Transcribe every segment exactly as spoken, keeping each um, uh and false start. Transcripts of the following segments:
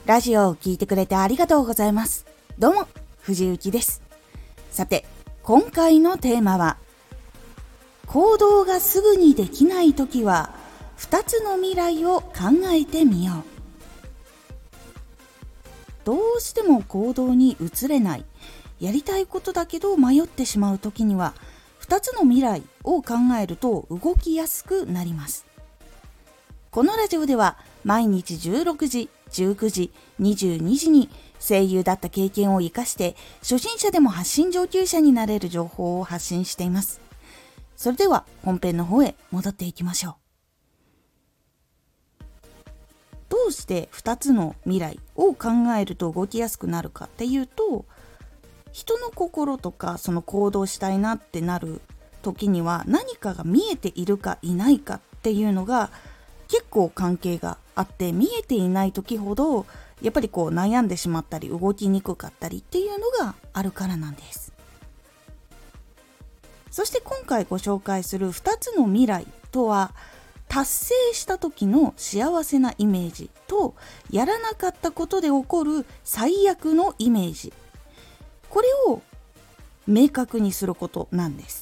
ラジオを聞いてくれてありがとうございます。どうも、藤幸です。さて、今回のテーマは、行動がすぐにできないときは、ふたつの未来を考えてみよう。どうしても行動に移れない、やりたいことだけど迷ってしまうときには、ふたつの未来を考えると動きやすくなります。このラジオでは毎日じゅうろくじ、じゅうくじ、にじゅうにじに声優だった経験を生かして初心者でも発信上級者になれる情報を発信しています。それでは本編の方へ戻っていきましょう。どうしてふたつの未来を考えると動きやすくなるかっていうと、人の心とかその行動したいなってなる時には何かが見えているかいないかっていうのが結構関係があって、見えていない時ほどやっぱりこう悩んでしまったり動きにくかったりっていうのがあるからなんです。そして今回ご紹介するふたつの未来とは、達成した時の幸せなイメージとやらなかったことで起こる最悪のイメージ、これを明確にすることなんです。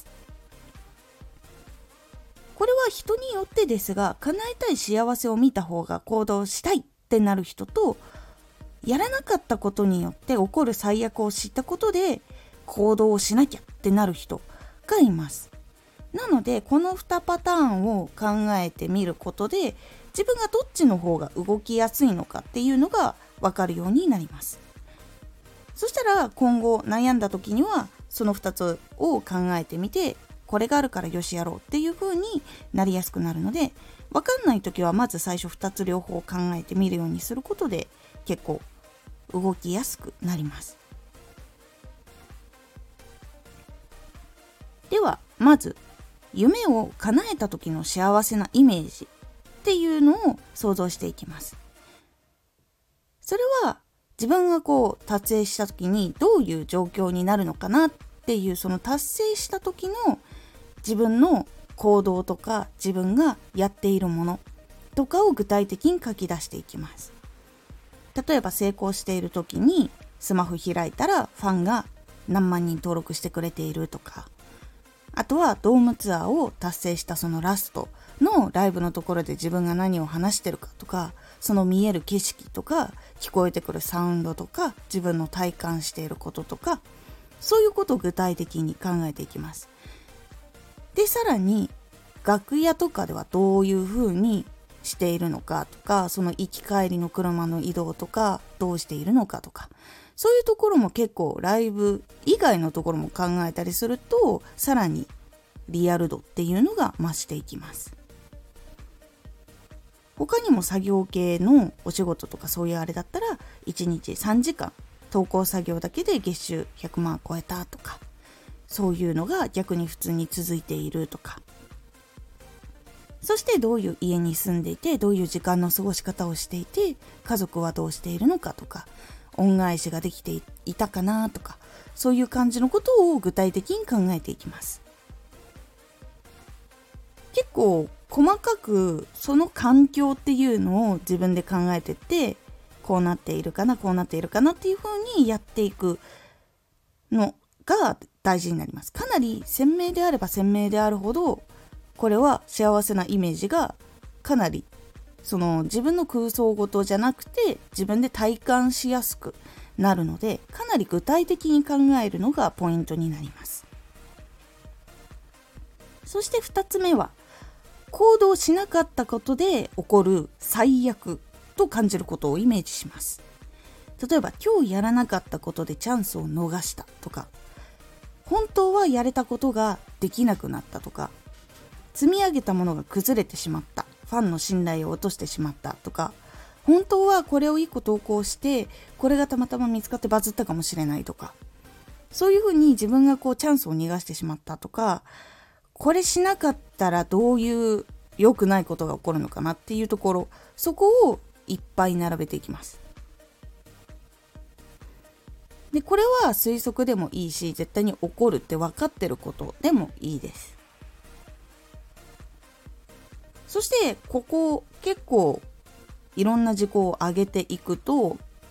これは人によってですが、叶えたい幸せを見た方が行動したいってなる人と、やらなかったことによって起こる最悪を知ったことで行動をしなきゃってなる人がいます。なのでこのにパターンを考えてみることで、自分がどっちの方が動きやすいのかっていうのが分かるようになります。そしたら今後悩んだ時にはそのふたつを考えてみて、これがあるからよしやろうっていう風になりやすくなるので、分かんない時はまず最初ふたつ両方考えてみるようにすることで結構動きやすくなります。ではまず夢を叶えた時の幸せなイメージっていうのを想像していきます。それは自分がこう達成した時にどういう状況になるのかなっていう、その達成した時の自分の行動とか自分がやっているものとかを具体的に書き出していきます。例えば成功している時にスマホ開いたらファンが何万人登録してくれているとか、あとはドームツアーを達成したそのラストのライブのところで自分が何を話してるかとか、その見える景色とか聞こえてくるサウンドとか自分の体感していることとか、そういうことを具体的に考えていきます。でさらに楽屋とかではどういう風にしているのかとか、その行き帰りの車の移動とかどうしているのかとか、そういうところも結構ライブ以外のところも考えたりすると、さらにリアル度っていうのが増していきます。他にも作業系のお仕事とかそういうあれだったらいちにちさんじかん投稿作業だけで月収ひゃくまん超えたとか、そういうのが逆に普通に続いているとか、そしてどういう家に住んでいて、どういう時間の過ごし方をしていて、家族はどうしているのかとか、恩返しができていたかなとか、そういう感じのことを具体的に考えていきます。結構細かくその環境っていうのを自分で考えてって、こうなっているかな、こうなっているかなっていう風にやっていくのが大事になります。かなり鮮明であれば鮮明であるほど、これは幸せなイメージがかなりその自分の空想事じゃなくて自分で体感しやすくなるので、かなり具体的に考えるのがポイントになります。そしてふたつめは、行動しなかったことで起こる最悪と感じることをイメージします。例えば今日やらなかったことでチャンスを逃したとか、本当はやれたことができなくなったとか、積み上げたものが崩れてしまった、ファンの信頼を落としてしまったとか、本当はこれをいっこ投稿してこれがたまたま見つかってバズったかもしれないとか、そういうふうに自分がこうチャンスを逃がしてしまったとか、これしなかったらどういう良くないことが起こるのかなっていうところ、そこをいっぱい並べていきます。でこれは推測でもいいし、絶対に起こるって分かってることでもいいです。そしてここ結構いろんな事項を上げていくと、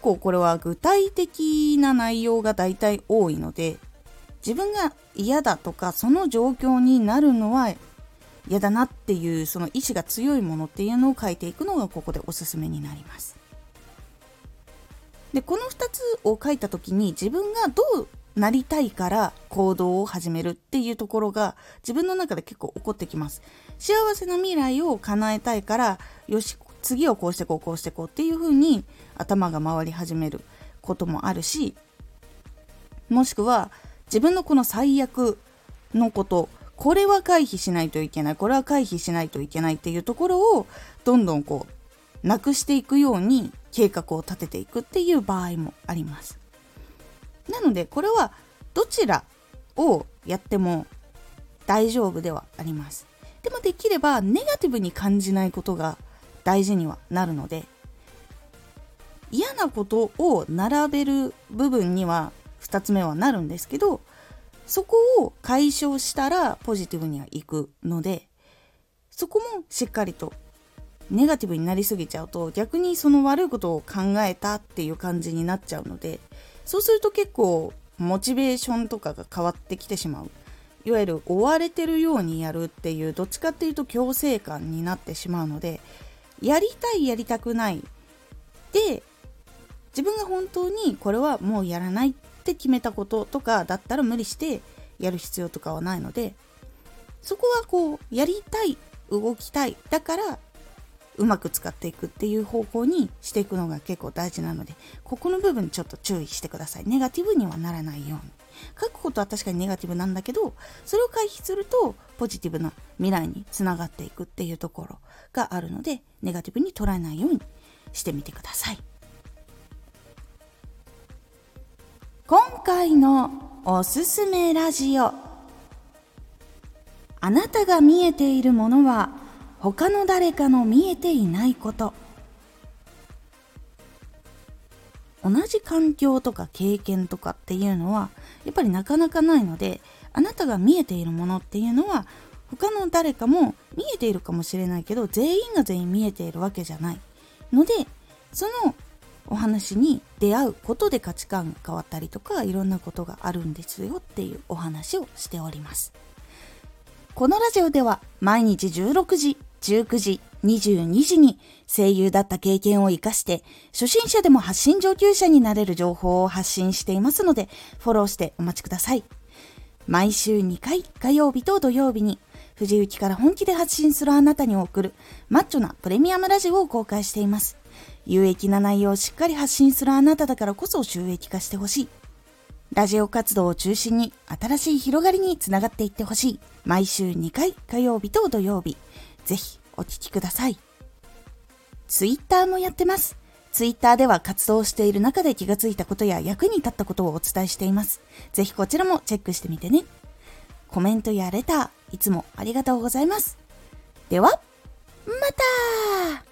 構これは具体的な内容が大体多いので、自分が嫌だとかその状況になるのは嫌だなっていうその意志が強いものっていうのを書いていくのがここでおすすめになります。でこのふたつを書いた時に自分がどうなりたいから行動を始めるっていうところが自分の中で結構起こってきます。幸せな未来を叶えたいから、よし次をこうしてこうこうしてこうっていう風に頭が回り始めることもあるし、もしくは自分のこの最悪のこと、これは回避しないといけない、これは回避しないといけないっていうところをどんどんこうなくしていくように計画を立てていくっていう場合もあります。なのでこれはどちらをやっても大丈夫ではあります。でもできればネガティブに感じないことが大事にはなるので、嫌なことを並べる部分にはふたつめはなるんですけど、そこを解消したらポジティブにはいくので、そこもしっかりと、ネガティブになりすぎちゃうと逆にその悪いことを考えたっていう感じになっちゃうので、そうすると結構モチベーションとかが変わってきてしまう、いわゆる追われてるようにやるっていう、どっちかっていうと強制感になってしまうので、やりたいやりたくないで自分が本当にこれはもうやらないって決めたこととかだったら無理してやる必要とかはないので、そこはこうやりたい、動きたいだからうまく使っていくっていう方向にしていくのが結構大事なので、ここの部分ちょっと注意してください。ネガティブにはならないように。書くことは確かにネガティブなんだけど、それを回避するとポジティブな未来につながっていくっていうところがあるので、ネガティブに捉えないようにしてみてください。今回のおすすめラジオ。あなたが見えているものは他の誰かの見えていないこと。同じ環境とか経験とかっていうのはやっぱりなかなかないので、あなたが見えているものっていうのは他の誰かも見えているかもしれないけど、全員が全員見えているわけじゃないので、そのお話に出会うことで価値観が変わったりとか、いろんなことがあるんですよっていうお話をしております。このラジオでは毎日じゅうろくじ、じゅうくじ、にじゅうにじに声優だった経験を生かして初心者でも発信上級者になれる情報を発信していますので、フォローしてお待ちください。毎週にかい、火曜日と土曜日に藤雪から本気で発信するあなたに送るマッチョなプレミアムラジオを公開しています。有益な内容をしっかり発信するあなただからこそ収益化してほしい。ラジオ活動を中心に新しい広がりにつながっていってほしい。毎週にかい、火曜日と土曜日、ぜひお聞きください。ツイッターもやってます。ツイッターでは活動している中で気がついたことや役に立ったことをお伝えしています。ぜひこちらもチェックしてみてね。コメントやレター、いつもありがとうございます。では、また。